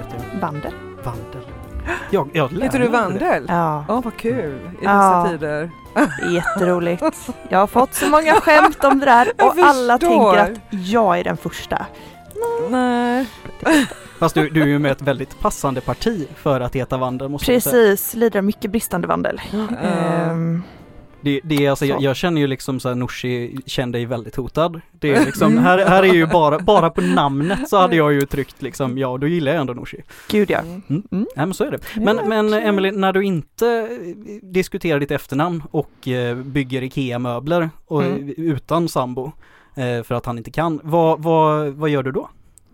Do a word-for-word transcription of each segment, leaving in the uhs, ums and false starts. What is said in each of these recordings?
jag. Vandel. Vandel. Jag, jag Heter du Vandel? Ja. Åh, oh, vad kul. I dessa Ja. tider. Jätteroligt. Jag har fått så många skämt om det där. Jag Och alla förstår. tänker att jag är den första. Nej. Fast du, du är ju med ett väldigt passande parti för att heta Vandel, måste jag säga. Precis, lider av mycket bristande vandel. Ehm, Det, det är alltså, Så. jag, jag känner ju liksom så här, Nooshi kände dig väldigt hotad. Det är liksom, här, här är ju bara, bara på namnet så hade jag ju tryckt liksom, ja, då gillar jag ändå Nooshi. Gud ja. Mm. Mm. Nej, men så är det. Men, Ja, men okej. Emily, när du inte diskuterar ditt efternamn och eh, bygger IKEA-möbler och, Mm. utan sambo eh, för att han inte kan, vad, vad, vad gör du då?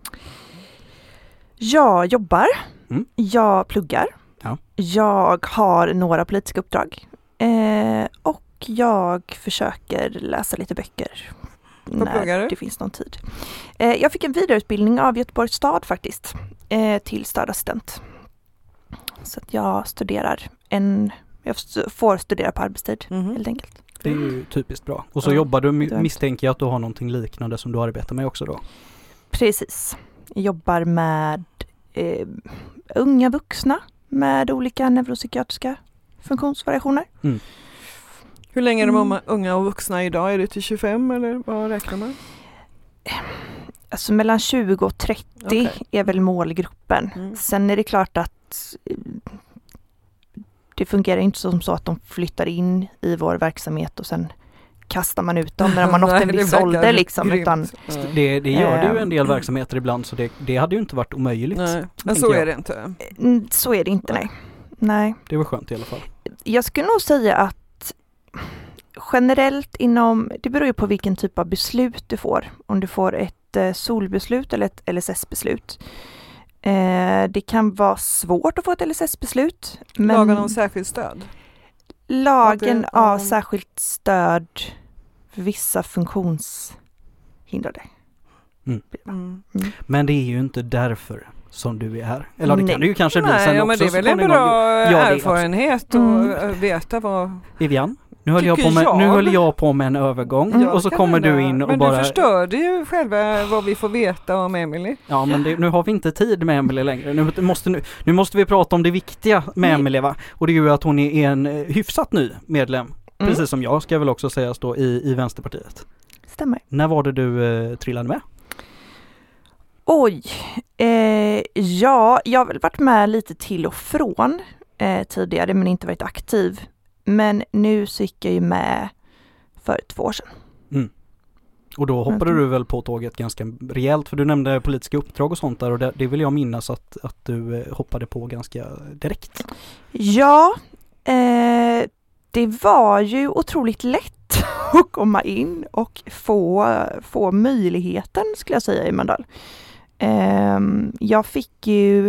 Jag jobbar. Mm. Jag pluggar. Ja. Jag har några politiska uppdrag. Eh, och jag försöker läsa lite böcker. Vad pluggar du? Det finns någon tid. Eh, jag fick en vidareutbildning av Göteborgs stad faktiskt. Eh, till stödassistent. Så att jag studerar en... Jag får studera på arbetstid Mhm. helt enkelt. Det är ju typiskt bra. Och så Ja, jobbar du, det är misstänker jag att du har någonting liknande som du arbetar med också då. Precis. Jag jobbar med eh, unga vuxna med olika neuropsykiatriska funktionsvariationer. Hur länge är de Mm. unga- unga och vuxna idag? Är det till tjugofem eller vad räknar man? Alltså mellan tjugo och trettio Okej. är väl målgruppen. Mm. Sen är det klart att eh, det fungerar inte som så att de flyttar in i vår verksamhet och sen kastar man ut dem när de har nått Nej, en det viss verkar ålder liksom. grymt. Utan, Ja. Det, det gör det ju Eh, en del verksamheter ibland, så det, det hade ju inte varit omöjligt. Nej, men tänker så jag. är det inte. mm, så är det inte, nej. Nej. Det var skönt i alla fall. Jag skulle nog säga att generellt inom, det beror ju på vilken typ av beslut du får. Om du får ett eh, solbeslut eller ett L S S-beslut. Eh, det kan vara svårt att få ett L S S-beslut. Men Lagen om särskilt stöd. lagen Att det- av ja. särskilt stöd för vissa funktionshindrade. Mm. Men det är ju inte därför som du är här. Eller det Nej. kan det ju kanske bli Nej, sen ja, också. men det är så väl en småningom. bra Ja, det är erfarenhet Mm. att äh, veta vad... Vivian, nu höll, jag Tycker på med, jag. nu höll jag på med en övergång Ja, och så kan kommer du hända. in och men bara... du förstörde ju själva vad vi får veta om Emily. Ja, men det, nu har vi inte tid med Emily längre. Nu måste, nu, nu måste vi prata om det viktiga med Mm. Emily, va? Och det är ju att hon är en eh, hyfsat ny medlem. Mm. Precis som jag, ska jag väl också säga, stå i, i Vänsterpartiet. Stämmer. När var det du eh, trillade med? Oj, eh, ja, jag har väl varit med lite till och från eh, tidigare men inte varit aktiv. Men nu så gick jag ju med för två år sedan. Och då hoppade Mm. du väl på tåget ganska rejält, för du nämnde politiska uppdrag och sånt där, och det, det vill jag minnas att, att du eh, hoppade på ganska direkt. Ja, eh, det var ju otroligt lätt att komma in och få, få möjligheten skulle jag säga i Mölndal. Eh, jag fick ju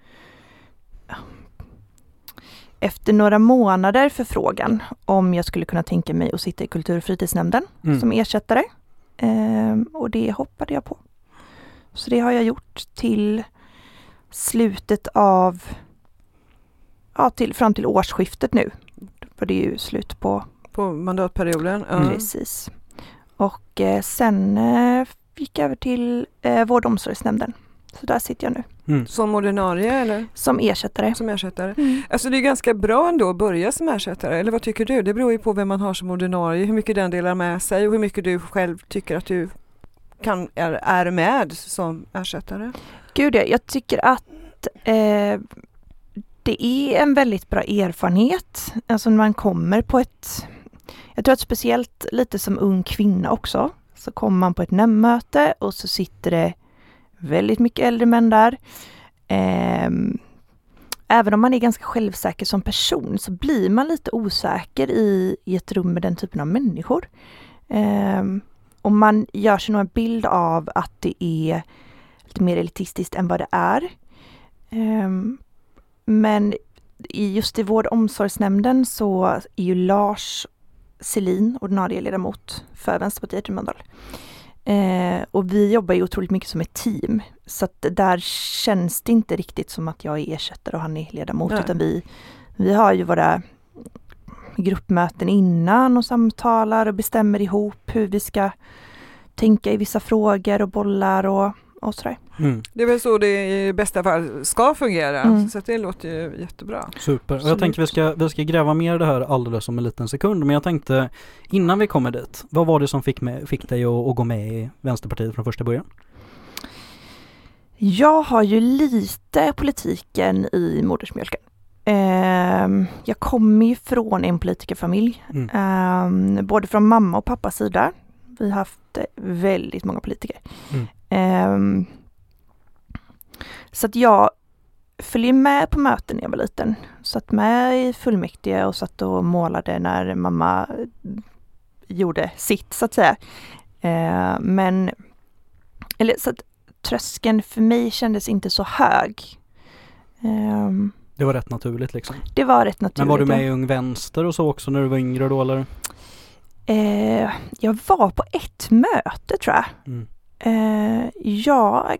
efter några månader förfrågan om jag skulle kunna tänka mig att sitta i kultur- och fritidsnämnden Mm. som ersättare. Eh, och det hoppade jag på. Så det har jag gjort till slutet av ja, till, fram till årsskiftet nu. För det är ju slut på På mandatperioden. Ja. Mm. precis. Och eh, sen eh, gick jag över till eh, vård- och omsorgsnämnden. Så där sitter jag nu. Mm. Som ordinarie eller Som ersättare. som ersättare. Mm. Alltså det är ganska bra ändå att börja som ersättare. Eller vad tycker du? Det beror ju på vem man har som ordinarie. Hur mycket den delar med sig och hur mycket du själv tycker att du kan, är, är med som ersättare. Gud ja, jag tycker att eh, det är en väldigt bra erfarenhet. Alltså när man kommer på ett... Jag tror att speciellt lite som ung kvinna också. Så kommer man på ett nämndmöte och så sitter det väldigt mycket äldre män där. Eh, även om man är ganska självsäker som person så blir man lite osäker i, i ett rum med den typen av människor. Eh, och man gör sig nog en bild av att det är lite mer elitistiskt än vad det är. Um, men i, just i vård- och omsorgsnämnden så är ju Lars Selin ordinarie ledamot för Vänsterpartiet i Mölndal. Uh, och vi jobbar ju otroligt mycket som ett team. Så att där känns det inte riktigt som att jag är ersättare och han är ledamot. Nej. Utan vi, vi har ju våra gruppmöten innan och samtalar och bestämmer ihop hur vi ska tänka i vissa frågor och bollar och, och sådär. Mm. Det är väl så det i bästa fall ska fungera, Mm. så att det låter ju jättebra. Super. Och jag tänker vi ska, vi ska gräva mer i det här alldeles om en liten sekund. Men jag tänkte, innan vi kommer dit, vad var det som fick, med, fick dig att, att gå med i Vänsterpartiet från första början? Jag har ju lite politiken i modersmjölken. Um, jag kommer ju från en politikerfamilj. Mm. Um, både från mamma och pappas sida. Vi har haft väldigt många politiker. Mm. Um, så att jag följde med på möten när jag var liten. Satt med i fullmäktige och satt och målade när mamma gjorde sitt, så att säga. Uh, men eller så att tröskeln för mig kändes inte så hög. Um, Det var rätt naturligt liksom. det var rätt naturligt. Men var du med ja. i Ung Vänster och så också när du var yngre då eller? Uh, jag var på ett möte tror jag. Mm. Uh, jag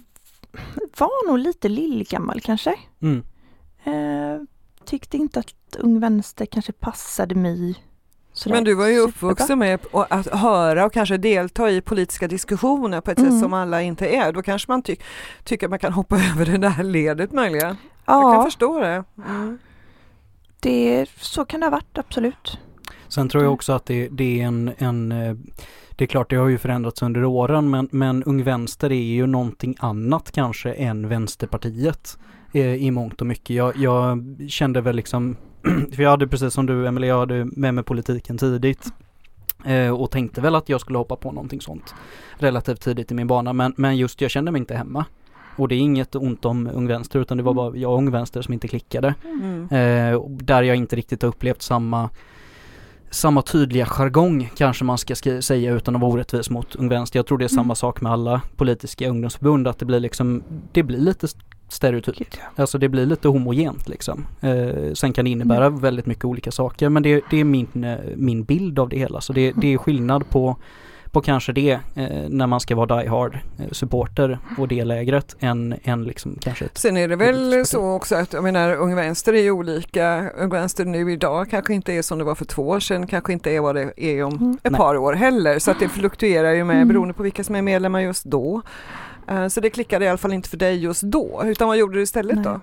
var nog lite lillgammal kanske. Mm. Uh, tyckte inte att Ung Vänster kanske passade mig. Men du var ju uppvuxen med att höra och kanske delta i politiska diskussioner på ett mm. sätt som alla inte är. Då kanske man ty- tycker att man kan hoppa över det där ledet möjligen. Ja. Jag kan förstå det. Mm. det. Så kan det ha varit, absolut. Sen tror jag också att det, det är en, en... Det är klart det har ju förändrats under åren men, men Ung Vänster är ju någonting annat kanske än Vänsterpartiet eh, i mångt och mycket. Jag, jag kände väl liksom... För jag hade precis som du Emelie, jag hade med mig politiken tidigt eh, och tänkte väl att jag skulle hoppa på någonting sånt relativt tidigt i min bana, men, men just jag kände mig inte hemma. Och det är inget ont om Ung Vänster utan det var bara jag och Ung Vänster som inte klickade. Mm. Eh, där jag inte riktigt har upplevt samma samma tydliga jargong kanske man ska sk- säga utan att vara orättvis mot Ung Vänster. Jag tror det är samma mm. sak med alla politiska ungdomsförbund, att det blir liksom det blir lite stereotypt. Alltså det blir lite homogent liksom. Eh, sen kan det innebära mm. väldigt mycket olika saker, men det, det är min, min bild av det hela. Så det, det är skillnad på, på kanske det eh, när man ska vara die hard eh, supporter och det lägret än, än liksom kanske ett... Sen är det väl så också att jag menar, Ung Vänster är ju olika. Ung Vänster nu idag kanske inte är som det var för två år sedan, kanske inte är vad det är om mm. ett Nej. par år heller. Så att det fluktuerar ju med mm. beroende på vilka som är medlemmar just då. Så det klickade i alla fall inte för dig just då. Utan vad gjorde du istället Nej. då?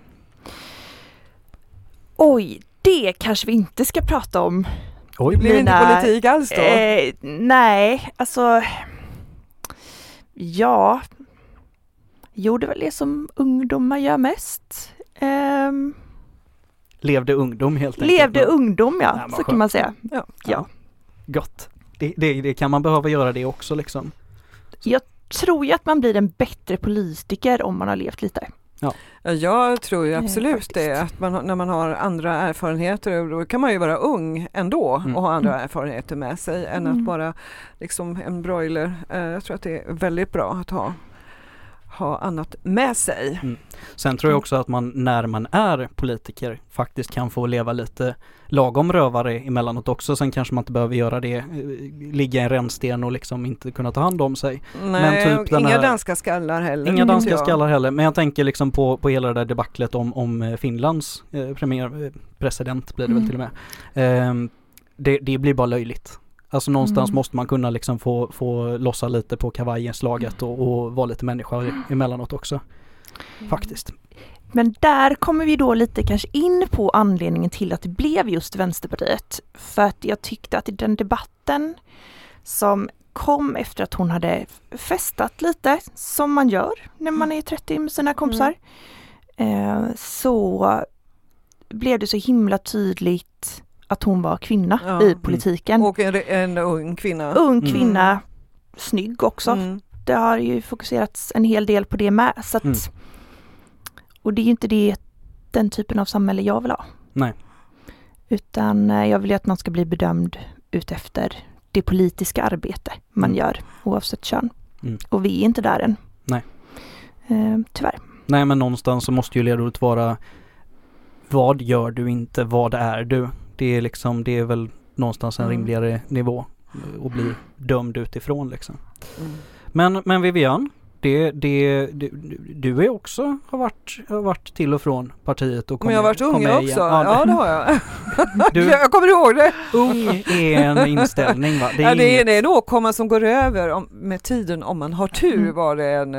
Oj, det kanske vi inte ska prata om. Oj, det blir inte politik alls då? Eh, nej, alltså... Ja... Gjorde väl det som ungdomar gör mest. Eh, levde ungdom helt enkelt. Levde ungdom, ja. Nej, så skönt. Kan man säga. Ja. ja. Gott. Det, det, det kan man behöva göra det också liksom. Jag tror ju att man blir en bättre politiker om man har levt lite. Ja. Jag tror ju absolut det, det att man, när man har andra erfarenheter, då kan man ju vara ung ändå mm. och ha andra mm. erfarenheter med sig än mm. att bara liksom en broiler. Jag tror att det är väldigt bra att ha ha annat med sig. Mm. Sen tror jag också att man när man är politiker faktiskt kan få leva lite lagom rövare emellanåt också. Sen kanske man inte behöver göra det, ligga i en rännsten och liksom inte kunna ta hand om sig. Nej, men typ inga här, danska skallar heller. Inga danska jag. skallar heller. Men jag tänker liksom på, på hela det där debaclet om, om Finlands eh, premiär, eh, president blir det mm. väl till och med. Eh, det, det blir bara löjligt. Alltså någonstans mm. måste man kunna liksom få, få lossa lite på kavajenslaget och, och vara lite människa emellanåt också. Mm. Faktiskt. Men där kommer vi då lite kanske in på anledningen till att det blev just Vänsterpartiet. För att jag tyckte att i den debatten som kom efter att hon hade festat lite, som man gör när man är trettio med sina kompisar, mm. eh, så blev det så himla tydligt att hon var kvinna ja. i politiken. Och en, en ung kvinna. Ung kvinna, mm. snygg också. Mm. Det har ju fokuserats en hel del på det med. Så att, mm. och det är ju inte det, den typen av samhälle jag vill ha. Nej. Utan jag vill ju att man ska bli bedömd utefter det politiska arbete man mm. gör oavsett kön. Mm. Och vi är inte där än. Nej. Eh, tyvärr. Nej, men någonstans så måste ju ledordet vara vad gör du inte, vad är du? Det är liksom, det är väl någonstans en mm. rimligare nivå att bli dömd utifrån liksom. Mm. Men, men Vivian, det, det, det, du är också har varit, har varit till och från partiet och men jag har varit ung också, ja, ja det har jag. Du, jag kommer ihåg det. Ung är en inställning va? Det är, ja, det är, det är en åkomma som går över om, med tiden om man har tur, var det en,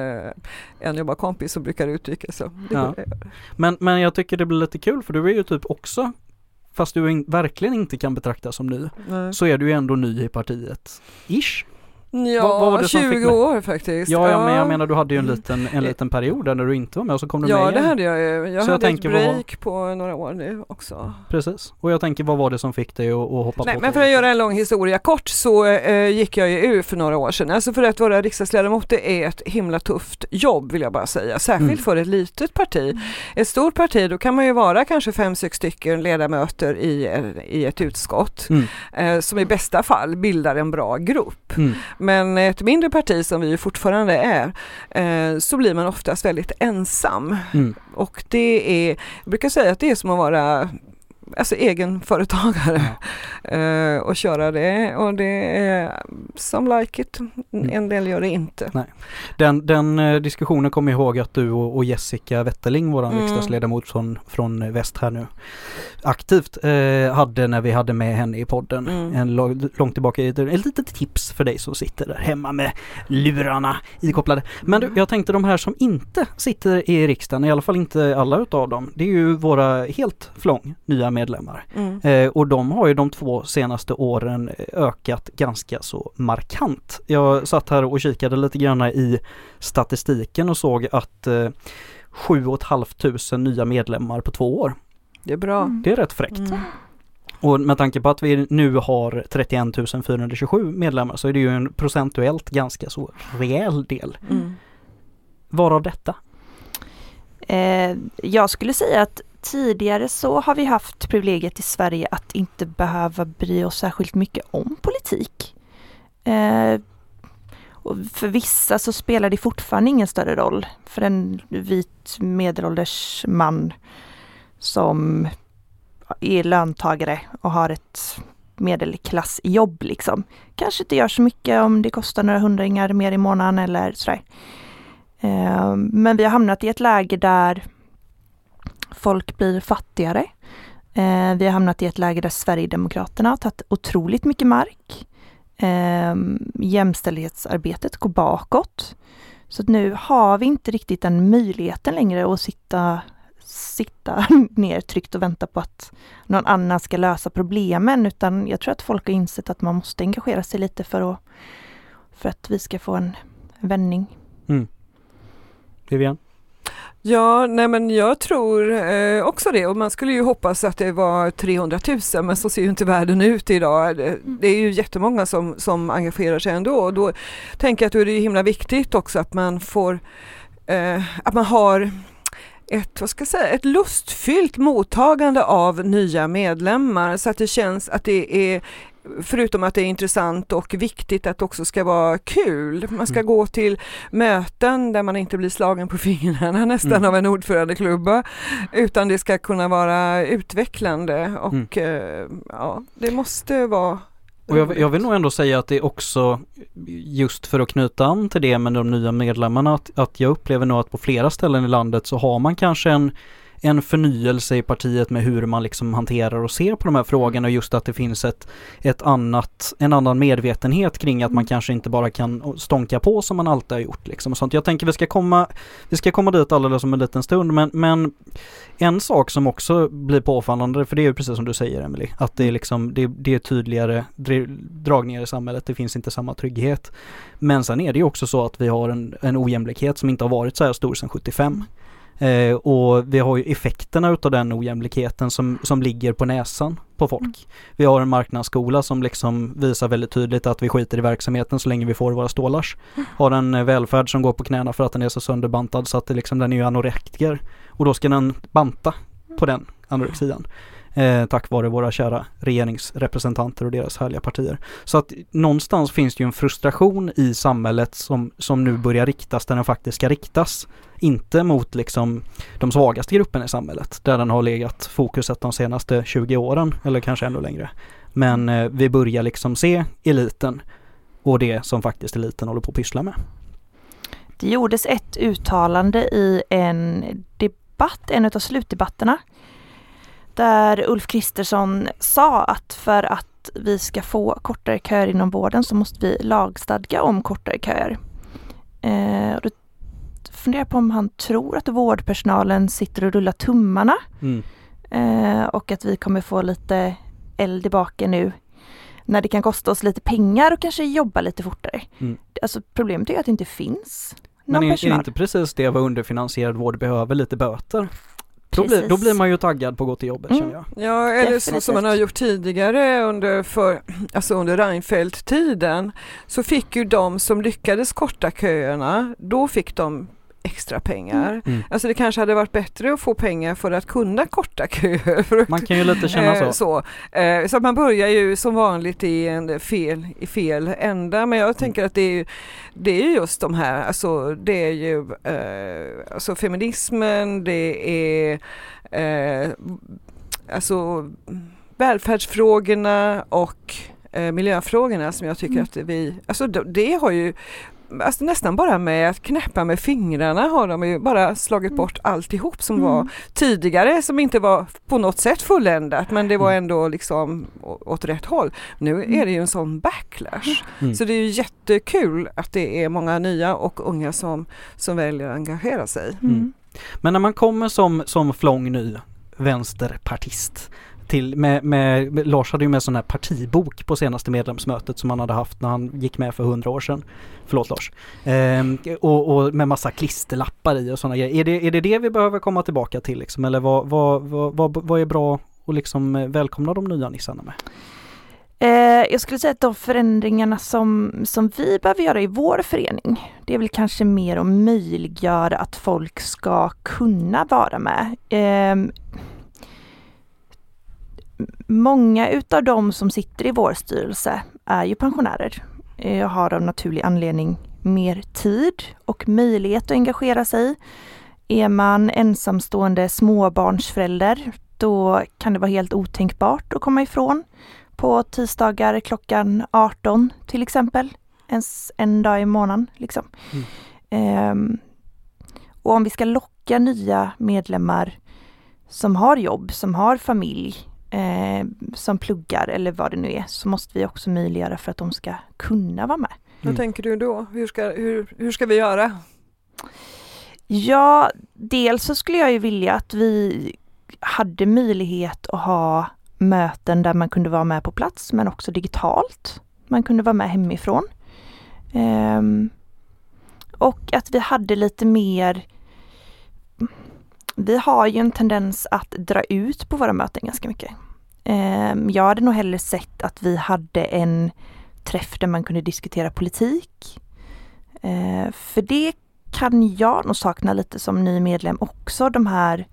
en jobbarkompis som brukar uttrycka så. Ja. Men, men jag tycker det blir lite kul för du är ju typ också, fast du in, verkligen inte kan betraktas som ny, Nej. Så är du ju ändå ny i partiet. Ish. Ja, vad, vad var det tjugo år faktiskt. Ja, ja, ja, men jag menar du hade ju en liten, en liten period där när du inte var med och så kom du ja, med igen. Ja, det hade jag ju. Jag så hade jag ett break tänker, på några år nu också. Precis. Och jag tänker, vad var det som fick dig att, att hoppa Nej, på? Men för att göra en lång historia kort så eh, gick jag ju ur för några år sedan. Alltså för att vara riksdagsledamot är ett himla tufft jobb vill jag bara säga. Särskilt mm. för ett litet parti. Ett stort parti, då kan man ju vara kanske fem, sex stycken ledamöter i, i ett utskott. Mm. Eh, som i bästa fall bildar en bra grupp. Mm. Men ett mindre parti som vi ju fortfarande är, eh, så blir man oftast väldigt ensam. Mm. Och det är, jag brukar säga att det är som att vara alltså egen företagare ja. uh, och köra det, och det är some like it, mm. en del gör det inte. Nej. Den, den uh, diskussionen kommer jag ihåg att du och, och Jessica Wetterling, våran mm. riksdagsledamot från, från väst här nu, aktivt uh, hade när vi hade med henne i podden. Mm. En lång, långt tillbaka, ett litet tips för dig som sitter där hemma med lurarna ikopplade. Men du, jag tänkte de här som inte sitter i riksdagen, i alla fall inte alla utav dem, det är ju våra helt flång nya medlemmar. Mm. Eh, och de har ju de två senaste åren ökat ganska så markant. Jag satt här och kikade lite grann i statistiken och såg att eh, sju och ett halvt tusen nya medlemmar på två år. Det är bra. Det är rätt fräckt. Mm. Och med tanke på att vi nu har trettioen tusen fyrahundratjugosju medlemmar så är det ju en procentuellt ganska så rejäl del. Mm. Varav detta? Eh, jag skulle säga att tidigare så har vi haft privilegiet i Sverige att inte behöva bry oss särskilt mycket om politik. Eh, och för vissa så spelar det fortfarande ingen större roll. För en vit medelålders man som är löntagare och har ett medelklassjobb liksom. Kanske inte gör så mycket om det kostar några hundringar mer i månaden eller sådär. Eh, men vi har hamnat i ett läge där folk blir fattigare. Eh, vi har hamnat i ett läge där Sverigedemokraterna har tagit otroligt mycket mark. Eh, jämställdhetsarbetet går bakåt. Så att nu har vi inte riktigt den möjligheten längre att sitta, sitta ner tryggt och vänta på att någon annan ska lösa problemen. Utan jag tror att folk har insett att man måste engagera sig lite för att, för att vi ska få en vändning. Mm. Vivian? Ja, nej men jag tror eh, också det, och man skulle ju hoppas att det var trehundratusen, men så ser ju inte världen ut idag. Det, det är ju jättemånga som, som engagerar sig ändå, och då tänker jag att då är det ju himla viktigt också att man får eh, att man har ett, vad ska jag säga, ett lustfyllt mottagande av nya medlemmar, så att det känns att det är, förutom att det är intressant och viktigt, att det också ska vara kul. Man ska mm. gå till möten där man inte blir slagen på fingrarna nästan mm. av en ordförandeklubba, utan det ska kunna vara utvecklande, och mm. ja, det måste vara. Och jag, jag vill nog ändå säga att det är också, just för att knyta an till det med de nya medlemmarna, att, att jag upplever nog att på flera ställen i landet så har man kanske en en förnyelse i partiet med hur man liksom hanterar och ser på de här frågorna, och just att det finns ett, ett annat, en annan medvetenhet kring att man kanske inte bara kan stånka på som man alltid har gjort liksom, och sånt. Jag tänker vi ska komma vi ska komma dit alldeles om en liten stund, men, men en sak som också blir påfallande, för det är ju precis som du säger, Emily, att det är liksom det, det är tydligare dragningar i samhället, det finns inte samma trygghet, men sen är det ju också så att vi har en, en ojämlikhet som inte har varit så här stor sedan sjuttiofem. Eh, och vi har ju effekterna utav den ojämlikheten som, som ligger på näsan på folk. Mm. Vi har en marknadsskola som liksom visar väldigt tydligt att vi skiter i verksamheten så länge vi får våra stålars. Mm. Har en välfärd som går på knäna för att den är så sönderbantad så att det liksom, den är ju anorektiker. Och då ska den banta på den anorexian. Eh, tack vare våra kära regeringsrepresentanter och deras härliga partier. Så att någonstans finns det ju en frustration i samhället som, som nu börjar riktas där den faktiskt ska riktas. Inte mot liksom de svagaste grupperna i samhället, där den har legat fokuset de senaste tjugo åren, eller kanske ännu längre. Men eh, vi börjar liksom se eliten och det som faktiskt eliten håller på att pyssla med. Det gjordes ett uttalande i en debatt, en av slutdebatterna, där Ulf Kristersson sa att för att vi ska få kortare köer inom vården så måste vi lagstadga om kortare köer. Eh, och då funderar jag på om han tror att vårdpersonalen sitter och rullar tummarna Mm. eh, och att vi kommer få lite eld i baken nu när det kan kosta oss lite pengar och kanske jobba lite fortare. Mm. Alltså problemet är att det inte finns någon Men är, är personal. det inte precis det vad underfinansierad vård behöver, lite böter? Då blir, då blir man ju taggad på att gå till jobbet, Mm. känner jag. Ja, eller så, Definitivt. som man har gjort tidigare under, för, alltså under Reinfeldt-tiden, så fick ju de som lyckades korta köerna, då fick de extra pengar. Mm. Alltså det kanske hade varit bättre att få pengar för att kunna korta köer. För att, Man kan ju lite känna så. eh, så. Eh, så att man börjar ju som vanligt i en fel, i fel ända, men jag tänker att det är ju, det är ju just de här, alltså det är ju eh, alltså feminismen, det är eh, alltså välfärdsfrågorna och eh, miljöfrågorna som jag tycker Mm. att vi, alltså det, det har ju alltså nästan bara med att knäppa med fingrarna har de ju bara slagit Mm. bort alltihop som Mm. var tidigare, som inte var på något sätt fulländat, men det var ändå liksom å- åt rätt håll. Nu är det ju en sån backlash. Mm. Så det är ju jättekul att det är många nya och unga som, som väljer att engagera sig. Mm. Men när man kommer som, som flång ny vänsterpartist till, med, med, med, Lars hade ju med sån här partibok på senaste medlemsmötet som han hade haft när han gick med för hundra år sedan. Förlåt Lars. Ehm, och, och med massa klisterlappar i och sådana grejer. Är det, är det det vi behöver komma tillbaka till liksom? Eller vad, vad, vad, vad, vad är bra att liksom välkomna de nya nissarna med? Eh, jag skulle säga att de förändringarna som, som vi behöver göra i vår förening, det är väl kanske mer att möjliggöra att folk ska kunna vara med. Eh, många utav de som sitter i vår styrelse är ju pensionärer. Jag har av naturlig anledning mer tid och möjlighet att engagera sig. Är man ensamstående småbarnsförälder, då kan det vara helt otänkbart att komma ifrån på tisdagar klockan arton till exempel. Ens en dag i månaden liksom. Mm. Um, och om vi ska locka nya medlemmar som har jobb, som har familj, eh, som pluggar eller vad det nu är, så måste vi också möjliggöra för att de ska kunna vara med. Vad Mm. tänker du då? Hur ska, hur, hur ska vi göra? Ja, dels så skulle jag ju vilja att vi hade möjlighet att ha möten där man kunde vara med på plats, men också digitalt. Man kunde vara med hemifrån. Um, och att vi hade lite mer... Vi har ju en tendens att dra ut på våra möten ganska mycket. Um, jag hade nog hellre sett att vi hade en träff där man kunde diskutera politik. Uh, för det kan jag nog sakna lite som ny medlem också, de här...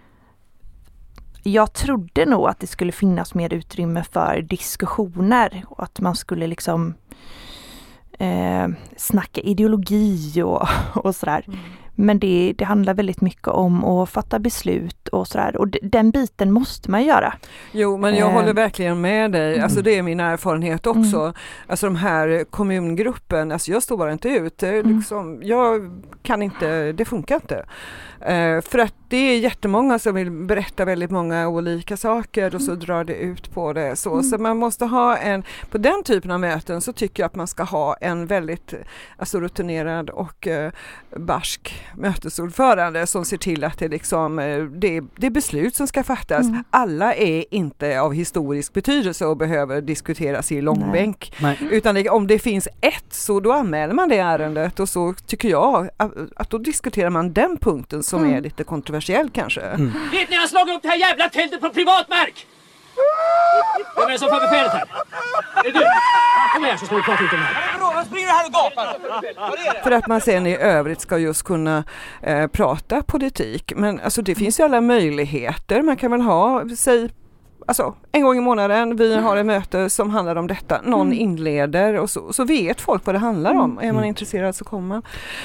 Jag trodde nog att det skulle finnas mer utrymme för diskussioner och att man skulle liksom eh, snacka ideologi och, och sådär. Mm. Men det, det handlar väldigt mycket om att fatta beslut och sådär. Och d- den biten måste man göra. Jo, men jag Eh. håller verkligen med dig. Mm. Alltså det är min erfarenhet också. Mm. Alltså de här kommungruppen, alltså jag står bara inte ut. Det är Mm. liksom, jag kan inte, det funkar inte. Eh, för att det är jättemånga som vill berätta väldigt många olika saker och så Mm. drar det ut på det. Så, Mm. så man måste ha en, på den typen av möten så tycker jag att man ska ha en väldigt alltså rutinerad och eh, barsk mötesordförande som ser till att det liksom eh, det, det är beslut som ska fattas. Mm. Alla är inte av historisk betydelse och behöver diskuteras i långbänk. Nej. Utan det, om det finns ett så då anmäler man det ärendet och så tycker jag att, att då diskuterar man den punkten som Mm. är lite kontroversiell kanske. Mm. Vet ni, jag har slagit upp det här jävla tältet på privatmark! Vem är det som får befälet här? Det är du! Kom här så ska vi prata lite om det här. Vad springer du här och gapar? För att man sen i övrigt ska just kunna eh, prata politik. Men alltså det finns ju alla möjligheter. Man kan väl ha, säg, alltså en gång i månaden, vi har ett möte som handlar om detta. Någon Mm. inleder och så, så vet folk vad det handlar om. Är man Mm. intresserad så kommer man.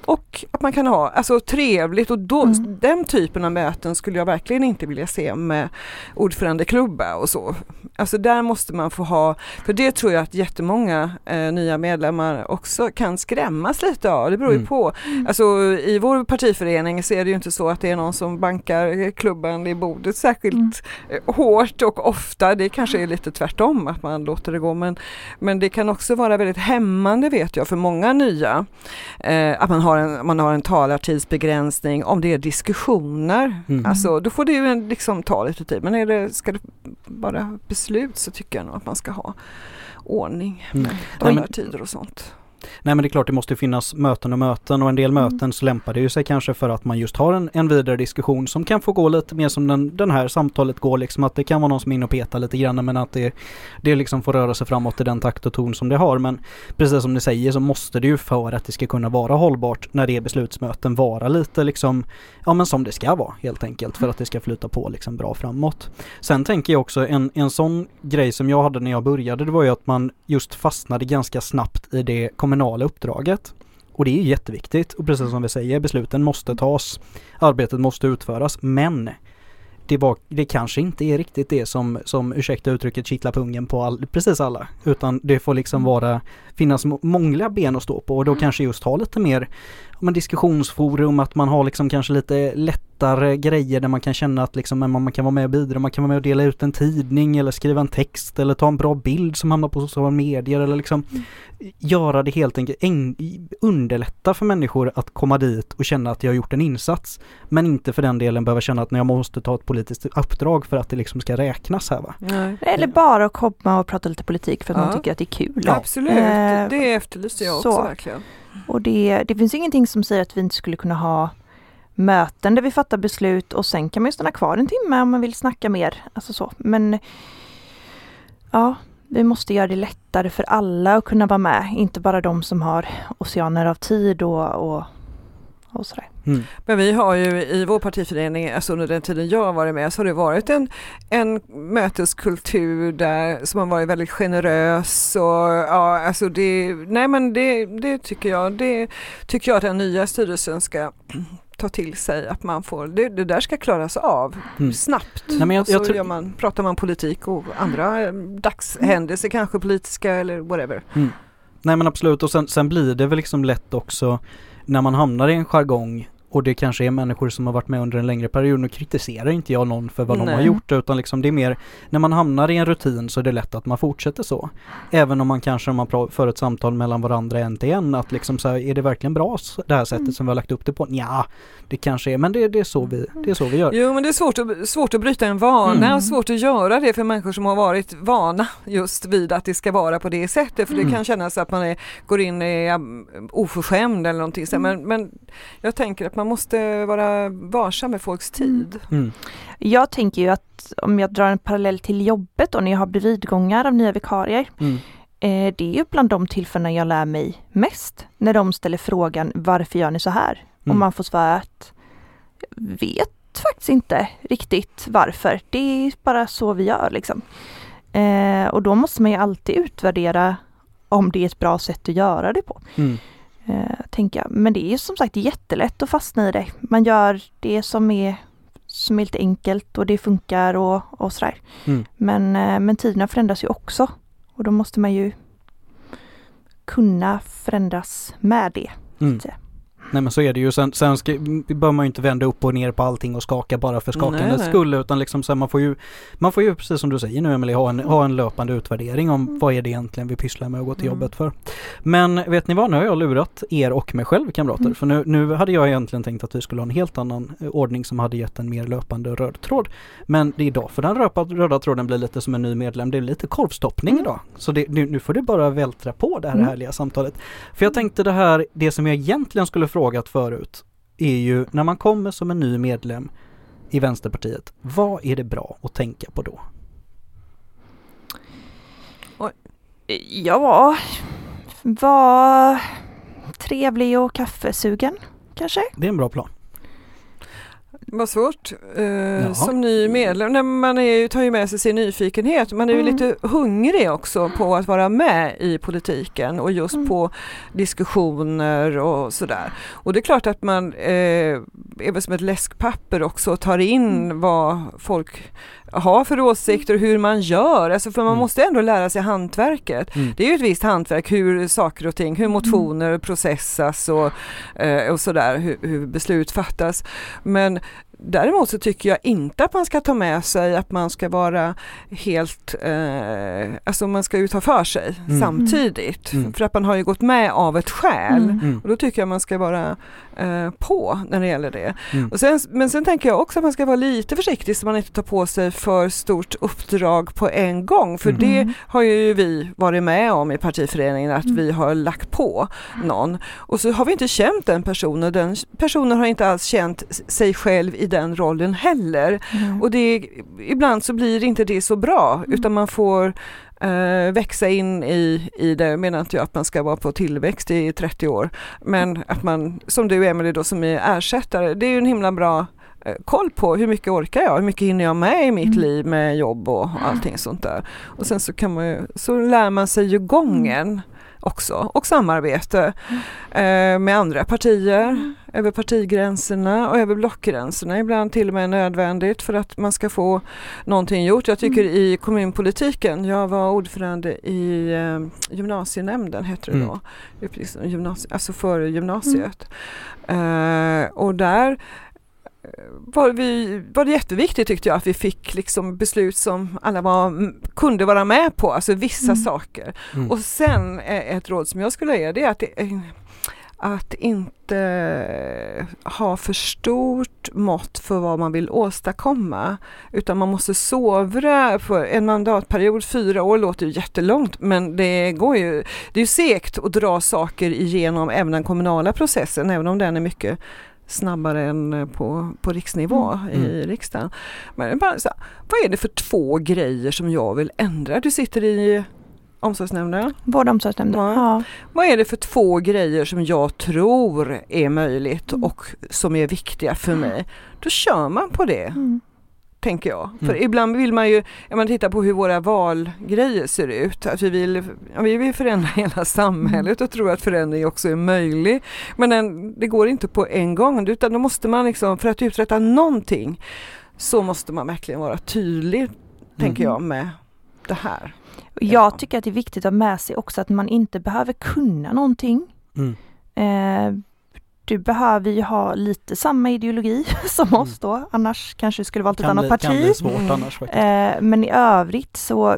Och att man kan ha alltså, trevligt och då, Mm. den typen av möten skulle jag verkligen inte vilja se med ordförandeklubba och så. Alltså där måste man få ha, för det tror jag att jättemånga eh, nya medlemmar också kan skrämmas lite av. Det beror ju Mm. på. Alltså i vår partiförening så är det ju inte så att det är någon som bankar klubban i bordet särskilt Mm. eh, hårt och ofta. Det kanske är lite tvärtom att man låter det gå, men, men det kan också vara väldigt hämmande vet jag för många nya. Eh, att man har en, man har en talartidsbegränsning om det är diskussioner. Mm. Alltså då får det ju en, liksom ta lite tid. Men är det, ska det vara beslut så tycker jag nog att man ska ha ordning med Mm. talartider och sånt. Nej men det är klart det måste finnas möten och möten och en del möten Mm. så lämpar det ju sig kanske för att man just har en, en vidare diskussion som kan få gå lite mer som den, den här samtalet går liksom att det kan vara någon som är inne och petar lite grann men att det, det liksom får röra sig framåt i den takt och ton som det har men precis som ni säger så måste det ju för att det ska kunna vara hållbart när det är beslutsmöten vara lite liksom ja men som det ska vara helt enkelt för att det ska flyta på liksom bra framåt. Sen tänker jag också en, en sån grej som jag hade när jag började det var ju att man just fastnade ganska snabbt i det kommunala uppdraget. Och det är ju jätteviktigt. Och precis som vi säger, besluten måste tas. Arbetet måste utföras. Men det, var, det kanske inte är riktigt det som, som ursäkta uttrycket, kittlar pungen på all, precis alla. Utan det får liksom vara, finnas många ben att stå på. Och då kanske just ha lite mer om en diskussionsforum. Att man har liksom kanske lite lättare grejer där man kan känna att liksom, man kan vara med och bidra. Man kan vara med och dela ut en tidning eller skriva en text. Eller ta en bra bild som hamnar på sociala medier. Eller liksom mm. göra det helt enkelt. En, underlätta för människor att komma dit och känna att jag har gjort en insats. Men inte för den delen behöva känna att jag måste ta ett politiskt uppdrag för att det liksom ska räknas här va? Nej. Eller bara att komma och prata lite politik för att Ja. man tycker att det är kul. Ja, absolut, Eh, det efterlyser jag också så. verkligen. Och det, det finns ingenting som säger att vi inte skulle kunna ha möten där vi fattar beslut och sen kan man ju stanna kvar en timme om man vill snacka mer. Alltså så. Men ja, vi måste göra det lättare för alla att kunna vara med. Inte bara de som har oceaner av tid och, och, och sådär. Mm. Men vi har ju i vår partiförening, alltså under den tiden jag har varit med, så har det varit en, en möteskultur där som har varit väldigt generös och ja, alltså det, nej men det, det tycker jag, det tycker jag att den nya styrelsen ska ta till sig att man får, det, det där ska klaras av Mm. snabbt. Nej, men jag, och så jag tror- gör man, pratar man politik och andra eh, dagshändelser, kanske politiska eller whatever. Mm. Nej men absolut och sen, sen blir det väl liksom lätt också när man hamnar i en jargong och det kanske är människor som har varit med under en längre period. Nu kritiserar inte jag någon för vad Nej. de har gjort utan liksom det är mer när man hamnar i en rutin så är det lätt att man fortsätter så. Även om man kanske om man pra- för ett samtal mellan varandra en till en att liksom så här, är det verkligen bra det här sättet Mm. som vi har lagt upp det på? Ja, det kanske är men det, det, är, så vi, det är så vi gör. Jo, men det är svårt att, svårt att bryta en vana Mm. och svårt att göra det för människor som har varit vana just vid att det ska vara på det sättet. För Mm. det kan kännas att man är, går in i um, oförskämd eller någonting. Så. Men, men jag tänker att man måste vara varsam med folks tid. Mm. Jag tänker ju att om jag drar en parallell till jobbet och när jag har bredvidgångar av nya vikarier. Mm. Eh, det är ju bland de tillfällen jag lär mig mest. När de ställer frågan, varför gör ni så här? Mm. Och man får svara att vet faktiskt inte riktigt varför. Det är bara så vi gör liksom. Eh, och då måste man ju alltid utvärdera om det är ett bra sätt att göra det på. Mm. Eh, tänker jag. Men det är ju som sagt jättelätt att fastna i det. Man gör det som är, som är lite enkelt och det funkar och, och sådär. Mm. Men, eh, men tiderna förändras ju också. Och då måste man ju kunna förändras med det. Mm. Så. Nej men så är det ju. Sen, sen ska, bör man ju inte vända upp och ner på allting och skaka bara för skakandets Nej, nej. skull utan liksom så här, man får ju man får ju precis som du säger nu Emelie ha en, ha en löpande utvärdering om vad är det egentligen vi pysslar med och gå till Mm. jobbet för. Men vet ni vad, nu har jag lurat er och mig själv kamrater Mm. för nu, nu hade jag egentligen tänkt att vi skulle ha en helt annan eh, ordning som hade gett en mer löpande röd tråd. Men det är idag för den röpa, röda tråden blir lite som en ny medlem. Det är lite korvstoppning Mm. idag. Så det, nu, nu får det bara vältra på det här Mm. härliga samtalet. För jag tänkte det här, det som jag egentligen skulle frågat förut är ju när man kommer som en ny medlem i Vänsterpartiet, vad är det bra att tänka på då? Ja, var trevlig och kaffesugen kanske. Det är en bra plan. Vad svårt. Uh, som ny medlem. Nej, man är ju, tar ju med sig sin nyfikenhet. Man är ju mm. lite hungrig också på att vara med i politiken och just mm. på diskussioner och sådär. Och det är klart att man uh, är väl som ett läskpapper också och tar in mm. vad folk har för åsikter och hur man gör. Alltså för man mm. måste ändå lära sig hantverket. Mm. Det är ju ett visst hantverk hur saker och ting, hur motioner mm. processas och, uh, och sådär, hur, hur beslut fattas. Men däremot så tycker jag inte att man ska ta med sig att man ska vara helt, eh, alltså man ska ju ta för sig mm. samtidigt. Mm. För att man har ju gått med av ett skäl. Mm. Och då tycker jag man ska vara eh, på när det gäller det. Mm. Och sen, men sen tänker jag också att man ska vara lite försiktig så man inte tar på sig för stort uppdrag på en gång. För mm. det har ju vi varit med om i partiföreningen att mm. vi har lagt på någon. Och så har vi inte känt den personen. Den personen har inte alls känt sig själv i den rollen heller. Mm. Och det, ibland så blir inte det så bra mm. utan man får eh, växa in i, i det. Jag menar inte jag att man ska vara på tillväxt i trettio år. Men att man, som du Emelie då som är ersättare, det är ju en himla bra eh, koll på hur mycket orkar jag, hur mycket hinner jag med i mitt mm. liv med jobb och allting sånt där. Och sen så kan man ju, så lär man sig ju gången också och samarbete eh, med andra partier mm. över partigränserna och över blockgränserna ibland till och med nödvändigt för att man ska få någonting gjort. Jag tycker mm. i kommunpolitiken, jag var ordförande i eh, gymnasienämnden heter det då, mm. Gymnasie, alltså för gymnasiet mm. eh, och där var, vi, var det jätteviktigt tyckte jag att vi fick liksom beslut som alla var, kunde vara med på, alltså vissa mm. saker. Mm. Och sen ett råd som jag skulle ge det är att, det, att inte ha för stort mått för vad man vill åstadkomma. Utan man måste sovra för en mandatperiod, fyra år låter ju jättelångt men det går ju, det är ju segt att dra saker igenom även den kommunala processen, även om den är mycket snabbare än på, på riksnivå mm. i riksdagen. Men bara så, vad är det för två grejer som jag vill ändra? Du sitter i omsorgsnämnden. Vård- och omsorgsnämnden. Ja. Ja. Vad är det för två grejer som jag tror är möjligt mm. och som är viktiga för mig? Då kör man på det. Mm. Tänker jag. Mm. För ibland vill man ju, om man tittar på hur våra valgrejer ser ut, att vi vill, ja, vi vill förändra hela samhället och tror att förändring också är möjlig. Men den, det går inte på en gång, utan då måste man liksom, för att uträtta någonting, så måste man verkligen vara tydlig, mm. tänker jag, med det här. Jag tycker att det är viktigt att ha med sig också att man inte behöver kunna någonting. Mm. Eh, Du behöver ju ha lite samma ideologi som mm. oss då. Annars kanske det skulle vara ett kan annat bli, parti. Kan bli svårt mm. annars faktiskt. Eh, men i övrigt så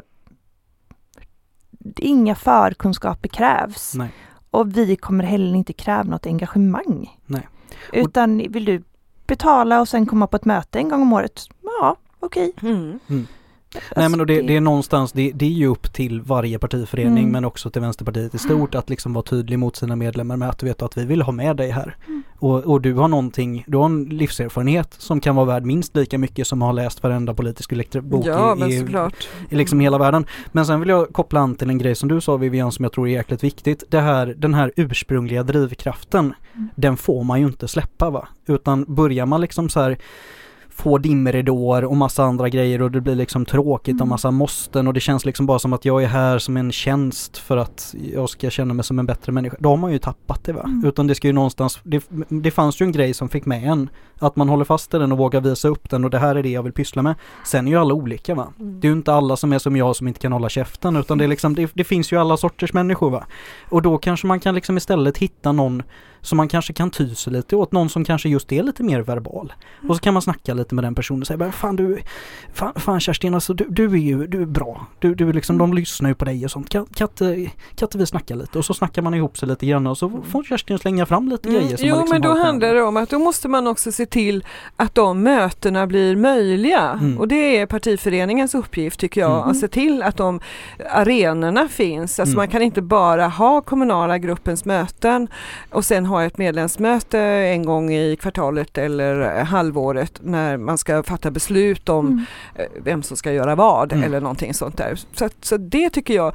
inga förkunskaper krävs. Nej. Och vi kommer heller inte kräva något engagemang. Nej. Utan vill du betala och sen komma på ett möte en gång om året? Ja, okej. Okay. Mm. Mm. Nej men och det, det är någonstans, det, det är ju upp till varje partiförening mm. men också till Vänsterpartiet i stort att liksom vara tydlig mot sina medlemmar med att du vet att vi vill ha med dig här. Mm. Och, och du har någonting, du har en livserfarenhet som kan vara värd minst lika mycket som har läst varenda politisk bok ja, i, i, i liksom hela världen. Men sen vill jag koppla an till en grej som du sa Vivian som jag tror är jäkligt viktigt. Det här, den här ursprungliga drivkraften, mm. den får man ju inte släppa va? Utan börjar man liksom så här få dimridåer och massa andra grejer och det blir liksom tråkigt mm. och massa måsten och det känns liksom bara som att jag är här som en tjänst för att jag ska känna mig som en bättre människa. Då har man ju tappat det va? Mm. Utan det ska ju någonstans, det, det fanns ju en grej som fick med en att man håller fast i den och vågar visa upp den och det här är det jag vill pyssla med. Sen är ju alla olika va? Mm. Det är ju inte alla som är som jag som inte kan hålla käften utan det, är liksom, det, det finns ju alla sorters människor va? Och då kanske man kan liksom istället hitta någon som man kanske kan ty sig lite åt, någon som kanske just är lite mer verbal. Mm. Och så kan man snacka lite med den personen och säga, fan du, fan, fan Kerstin, alltså, du, du är ju du är bra. Du, du liksom, de lyssnar ju på dig och sånt. Kan, kan, inte, kan inte vi snacka lite? Och så snackar man ihop sig lite grann och så får Kerstin slänga fram lite mm. grejer. Som jo, man liksom men då handlar det om att då måste man också se till att de mötena blir möjliga. Mm. Och det är partiföreningens uppgift tycker jag, mm. att se till att de arenorna finns. Alltså mm. man kan inte bara ha kommunala gruppens möten och sen ha ett medlemsmöte en gång i kvartalet eller halvåret när man ska fatta beslut om mm. vem som ska göra vad mm. eller någonting sånt där. Så, så det tycker jag,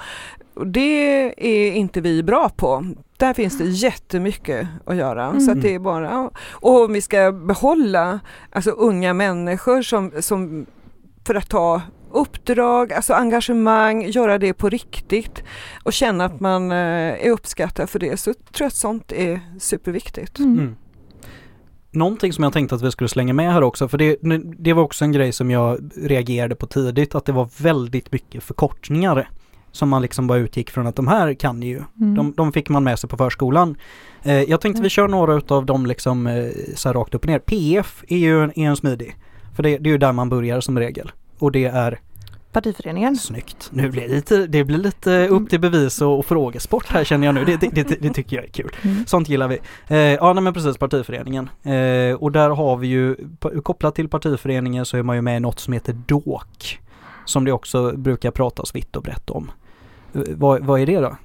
Och det är inte vi bra på. Där finns det jättemycket att göra. Mm. Så att det är bara, och om vi ska behålla alltså, unga människor som, som för att ta uppdrag, alltså engagemang, göra det på riktigt och känna att man är uppskattad för det, så tror jag att sånt är superviktigt. Mm. Mm. Någonting som jag tänkte att vi skulle slänga med här också, för det, det var också en grej som jag reagerade på tidigt, att det var väldigt mycket förkortningar som man liksom bara utgick från att de här kan ni ju. Mm. De, de fick man med sig på förskolan. Eh, jag tänkte vi kör några utav dem liksom eh, så här rakt upp och ner. P F är ju en, är en smidig, för det, det är ju där man börjar som regel. Och det är Partiföreningen. snyggt. Nu blir det lite, det blir lite upp till bevis och, och frågesport här känner jag nu. Det, det, det, det tycker jag är kul. Mm. Sånt gillar vi. Eh, ja, nej, men precis, partiföreningen. Eh, och där har vi ju, kopplat till partiföreningen så är man ju med i något som heter D O K. Som det också brukar pratas vitt och brett om. Eh, vad, vad är det då?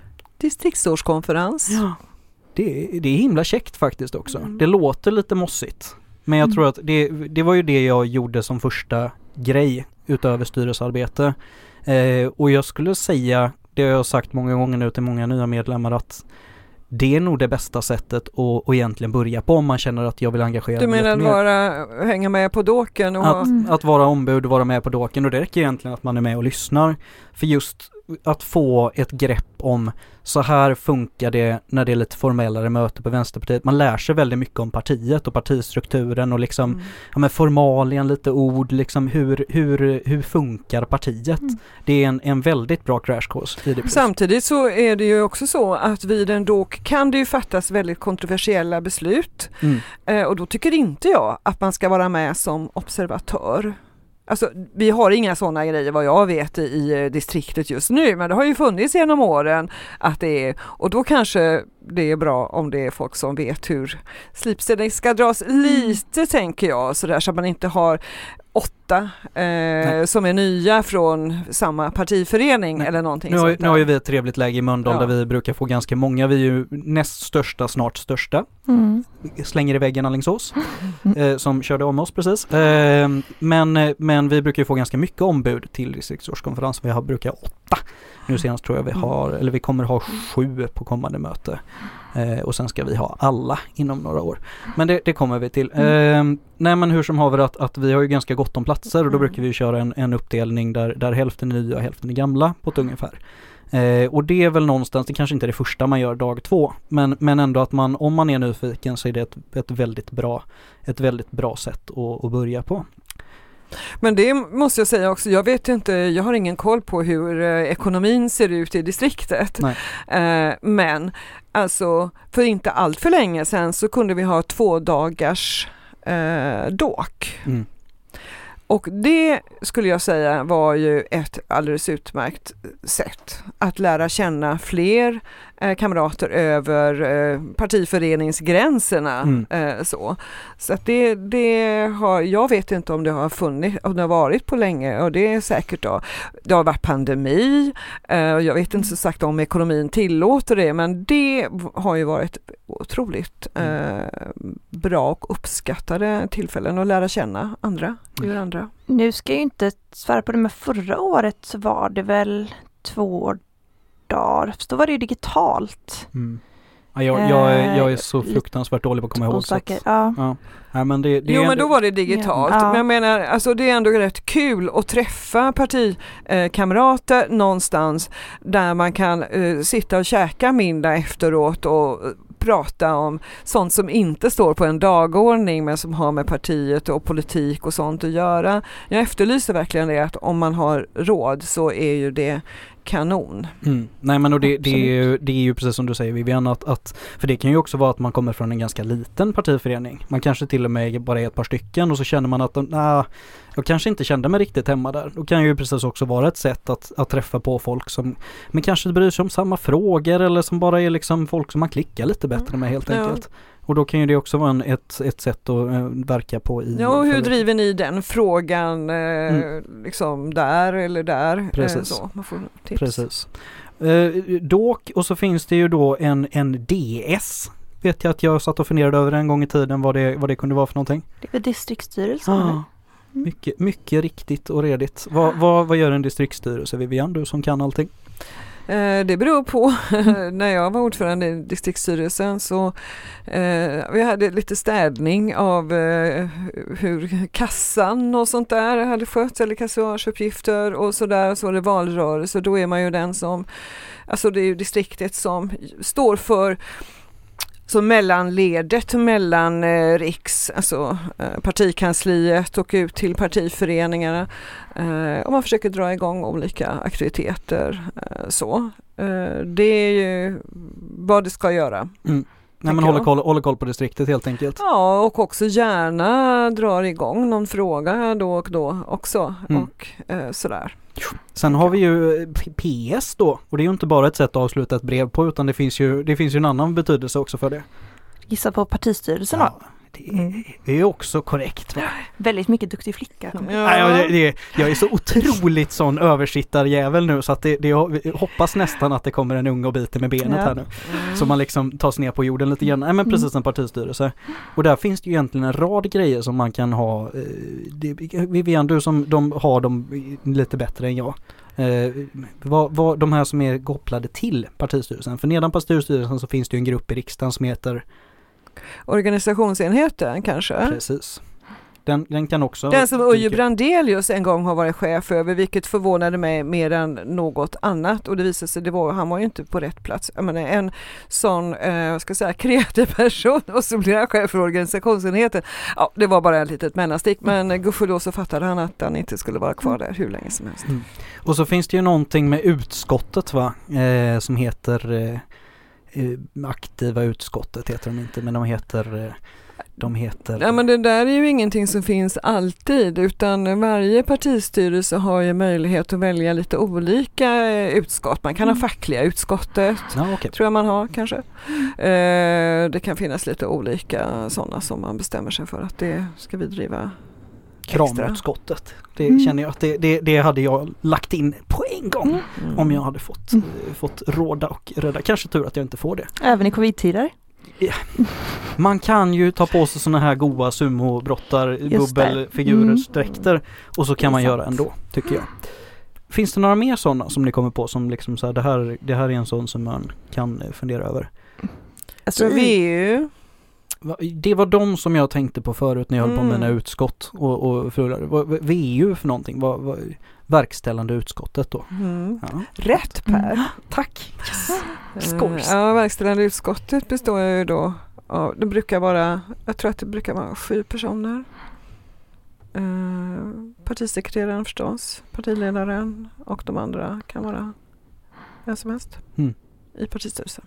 Distriktsårskonferens. Ja. Det, det är himla käckt faktiskt också. Mm. Det låter lite mossigt. Men jag Mm. tror att det, det var ju det jag gjorde som första grej utöver styrelsearbete. Eh, och jag skulle säga, det har jag sagt många gånger nu till många nya medlemmar, att det är nog det bästa sättet att, att egentligen börja på om man känner att jag vill engagera Du mig menar att lite mer. vara, hänga med på dåken? Och, Att, att vara ombud och vara med på dåken, och det räcker egentligen att man är med och lyssnar. För just att få ett grepp om så här funkar det när det är lite formellare möte på Vänsterpartiet. Man lär sig väldigt mycket om partiet och partistrukturen och liksom Mm. ja, men formalien, lite ord, liksom hur, hur, hur funkar partiet. Mm. Det är en, en väldigt bra crash course i det. Samtidigt så är det ju också så att vid en D O K kan det ju fattas väldigt kontroversiella beslut. Mm. Eh, och då tycker inte jag att man ska vara med som observatör. Alltså, vi har inga sådana grejer vad jag vet i, i distriktet just nu, men det har ju funnits genom åren att det är, och då kanske det är bra om det är folk som vet hur slipsen ska dras lite, mm. tänker jag, så där, så att man inte har åtta eh, som är nya från samma partiförening. Nej. Eller någonting nu har, sånt där. Nu har ju vi ett trevligt läge i Mölndal, Ja. där vi brukar få ganska många. Vi är ju näst största, snart största. Mm. Slänger i väggen Alingsås eh, som körde om oss precis. Eh, men, men vi brukar ju få ganska mycket ombud till distriktsårskonferens. Vi har, brukar åtta. Nu senast tror jag vi har, eller vi kommer ha sju på kommande möte. Eh, och sen ska vi ha alla inom några år. Men det, det kommer vi till. Eh, nej men hur som haver att, att vi har ju ganska gott om platser, och då brukar vi köra en, en uppdelning där, där hälften är nya och hälften är gamla på ett ungefär. Eh, och det är väl någonstans, det kanske inte är det första man gör dag två, men, men ändå att man, om man är nyfiken, så är det ett, ett väldigt bra ett väldigt bra sätt att, att börja på. Men det måste jag säga också, jag vet inte, jag har ingen koll på hur eh, ekonomin ser ut i distriktet. Eh, men alltså, för inte allt för länge sedan så kunde vi ha två dagars eh, D O K. Mm. Och det skulle jag säga var ju ett alldeles utmärkt sätt att lära känna fler eh, kamrater över eh, partiföreningsgränserna. Mm. Eh, så så att det, det har, jag vet inte om det har funnits, om det har varit på länge, och det är säkert då. Det har varit pandemi, eh, jag vet inte så sagt om ekonomin tillåter det, men det har ju varit otroligt eh, bra och uppskattade tillfällen att lära känna andra, hur andra. Nu ska jag ju inte svära på det, men förra året så var det väl två dagar. Så då var det ju digitalt. Mm. Ja, jag, jag, är, jag är så fruktansvärt dålig på att komma ihåg. Osäker, ja. Ja. Ja, men det, det jo, är men ändå... då var det digitalt. Ja. Men jag menar, alltså det är ändå rätt kul att träffa partikamrater någonstans där man kan uh, sitta och käka middag efteråt och uh, prata om sånt som inte står på en dagordning, men som har med partiet och politik och sånt att göra. Jag efterlyser verkligen det, att om man har råd så är ju det kanon. Mm. Nej, men och det, det, är ju, det är ju precis som du säger, Vivian, att, att, för det kan ju också vara att man kommer från en ganska liten partiförening. Man kanske till och med bara är ett par stycken, och så känner man att nah, jag kanske inte kände mig riktigt hemma där. Då kan ju precis också vara ett sätt att, att träffa på folk som men kanske bryr sig om samma frågor, eller som bara är liksom folk som man klickar lite bättre med helt Ja. enkelt. Och då kan ju det också vara en, ett, ett sätt att äh, verka på i... Ja, och hur för, driver ni den frågan eh, Mm. liksom där eller där? Precis. Eh, så. Man får tips. Precis. Uh, D O K, och så finns det ju då en, en D S. Vet jag att jag satt och funderade över en gång i tiden vad det, vad det kunde vara för någonting. Det är väl distriktsstyrelsen? Ah, eller? mycket, mycket riktigt och redigt. Vad, vad, vad gör en distriktsstyrelse, Vivian, du som kan allting? Eh, det beror på. När jag var ordförande i distriktsstyrelsen så eh, vi hade lite städning av eh, hur kassan och sånt där hade skötts, eller kassörsuppgifter och sådär. Så var det valrörelse, då är man ju den som, alltså det är ju distriktet som står för så mellanledet mellan eh, riks, alltså eh, partikansliet och ut till partiföreningarna. Eh, och man försöker dra igång olika aktiviteter. Eh, så. Eh, det är ju vad det ska göra. Mm. Nej, men håller koll, håller koll på distriktet helt enkelt. Ja, och också gärna drar igång någon fråga då och då också. Mm. Och eh, sådär. Sen har vi ju P S då, och det är ju inte bara ett sätt att avsluta ett brev på, utan det finns ju, det finns ju en annan betydelse också för det. Gissa på partistyrelsen Ja, då. det är ju också korrekt, va? Väldigt mycket duktig flicka. Ja. Nej, det, det, jag är så otroligt sån översittarjävel nu, så att det, det, jag hoppas nästan att det kommer en ung och biter med benet Ja. här nu. Mm. Så man liksom tas ner på jorden lite grann. Nej, men precis en partistyrelse. Och där finns det ju egentligen en rad grejer som man kan ha. Eh, det, Vivian, du som de har dem lite bättre än jag. Eh, vad, vad, de här som är kopplade till partistyrelsen. För nedan partistyrelsen så finns det ju en grupp i riksdagen som heter Organisationsenheten kanske. Precis. Den, den kan också... Den som Uje Brandelius en gång har varit chef över, vilket förvånade mig mer än något annat. Och det visade sig, det var, han var ju inte på rätt plats. Jag menar, en sån, eh, ska jag säga, kreativ person och så blir han chef för organisationsenheten. Ja, det var bara ett litet mellanstick. Men gudskelov så fattade han att han inte skulle vara kvar där hur länge som helst. Mm. Och så finns det ju någonting med utskottet, va? Eh, som heter... Eh, aktiva utskottet heter de inte, men de heter de heter Ja, men det där är ju ingenting som finns alltid, utan varje partistyrelse har ju möjlighet att välja lite olika utskott. Man kan Mm. ha fackliga utskottet, ja, okay. tror jag man har kanske. Eh, det kan finnas lite olika sådana som man bestämmer sig för att det ska vi driva. Kramutskottet. Det Mm. känner jag att det, det, det hade jag lagt in på en gång Mm. om jag hade fått, Mm. eh, fått råda och rädda. Kanske tur att jag inte får det. Även i covid-tider. Man kan ju ta på sig såna här goa sumobrottar, Just det. bubbelfigurer, Mm. dräkter, och så Det kan är man sant. göra ändå, tycker jag. Finns det några mer sådana som ni kommer på som liksom så här, det här, det här är en sån som man kan eh, fundera över? Alltså, Så i, V U. Va- Det var de som jag tänkte på förut när jag höll på med Mm. mina utskott och, och frullade. Vad vad- V U för någonting? Vad, vad, verkställande utskottet då? Mm. Ja. Rätt Per. Mm. Tack! Yes. Eh, Scores. Ja, verkställande utskottet består ju då av, det brukar vara, jag tror att det brukar vara sju personer. Eh, partisekreteraren förstås, partiledaren och de andra kan vara vem som helst Mm. i partistyrelsen.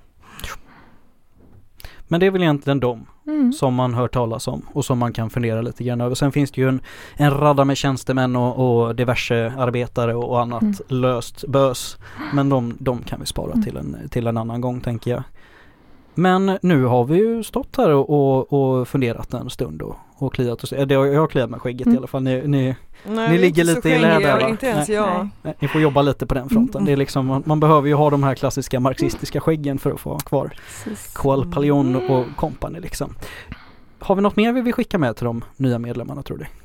Men det är väl egentligen de mm. som man hör talas om och som man kan fundera lite grann över. Sen finns det ju en, en radda med tjänstemän och, och diverse arbetare och, och annat Mm. löst bös. Men de, de kan vi spara Mm. till, en, till en annan gång, tänker jag. Men nu har vi ju stått här och, och, och funderat en stund och, och kliat oss. Det har, jag har kliat med skägget Mm. i alla fall. Ni, ni, Nej, Ni vi är ligger inte så lite i skängiga, läder, va? inte ens Nej. jag. Nej. ni får jobba lite på den fronten. Mm. Det är liksom, man, man behöver ju ha de här klassiska marxistiska skäggen för att få ha kvar Precis. Koal Paljon och company liksom. Har vi något mer vi vill skicka med till de nya medlemmarna, tror du?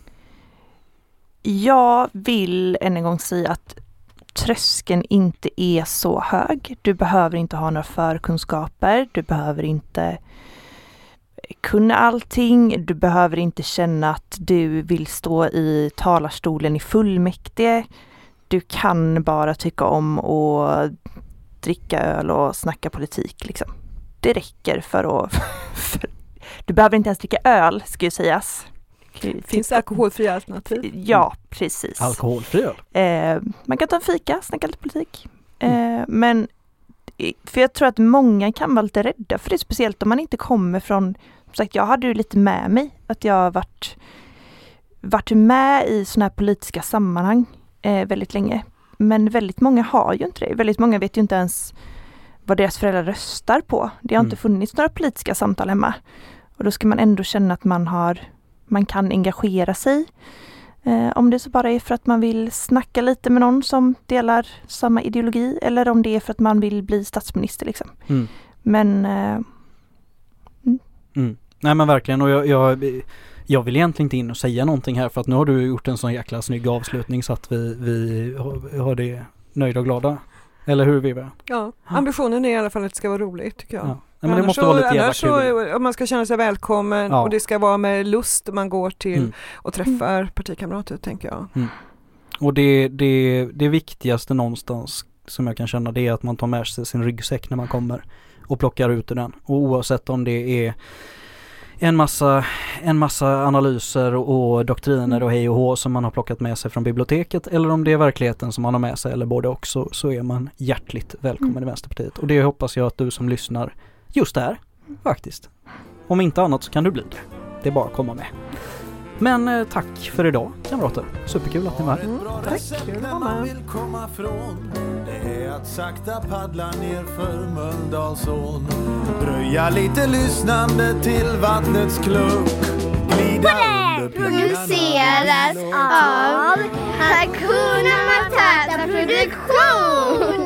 Jag vill än en gång säga att tröskeln inte är så hög. Du behöver inte ha några förkunskaper. Du behöver inte kunna allting. Du behöver inte känna att du vill stå i talarstolen i fullmäktige. Du kan bara tycka om att dricka öl och snacka politik. Liksom. Det räcker för att... För, du behöver inte ens dricka öl, ska ju sägas. Finns det alkoholfria alternativ? Ja, precis. Alkoholfri öl? Eh, man kan ta en fika, snacka lite politik. Eh, men för jag tror att många kan vara lite rädda för det, speciellt om man inte kommer från, som sagt, jag hade ju lite med mig att jag har varit, varit med i sådana här politiska sammanhang eh, väldigt länge. Men väldigt många har ju inte det. Väldigt många vet ju inte ens vad deras föräldrar röstar på. Det har Mm. inte funnits några politiska samtal hemma. Och då ska man ändå känna att man har, man kan engagera sig. Eh, om det så bara är för att man vill snacka lite med någon som delar samma ideologi, eller om det är för att man vill bli statsminister liksom. Mm. Men eh, Mm. Nej men verkligen, och jag, jag, jag vill egentligen inte in och säga någonting här, för att nu har du gjort en sån jäkla snygg avslutning så att vi, vi har, har det nöjda och glada. Eller hur vi var? Ja, ambitionen är i alla fall att det ska vara roligt tycker jag. Ja. Nej, men det måste vara lite jävla kul. Så, man ska känna sig välkommen ja. och det ska vara med lust man går till mm. och träffar partikamrater tänker jag. Mm. Och det, det, det viktigaste någonstans som jag kan känna det är att man tar med sig sin ryggsäck när man kommer och plockar ut ur den. Och oavsett om det är en massa, en massa analyser och doktriner och hej och hå som man har plockat med sig från biblioteket eller om det är verkligheten som man har med sig eller både också så är man hjärtligt välkommen mm. i Vänsterpartiet. Och det hoppas jag att du som lyssnar just är faktiskt. Om inte annat så kan du bli det. Det är bara att komma med. Men eh, tack för idag kamrater. Superkul att ni var här. Mm, tack. Kul att vara med. Det är att sakta paddla ner för Mölndalsån. Dröja lite lyssnande till vattnets klunk. Glida under produceras av Hakuna Matata Produktion.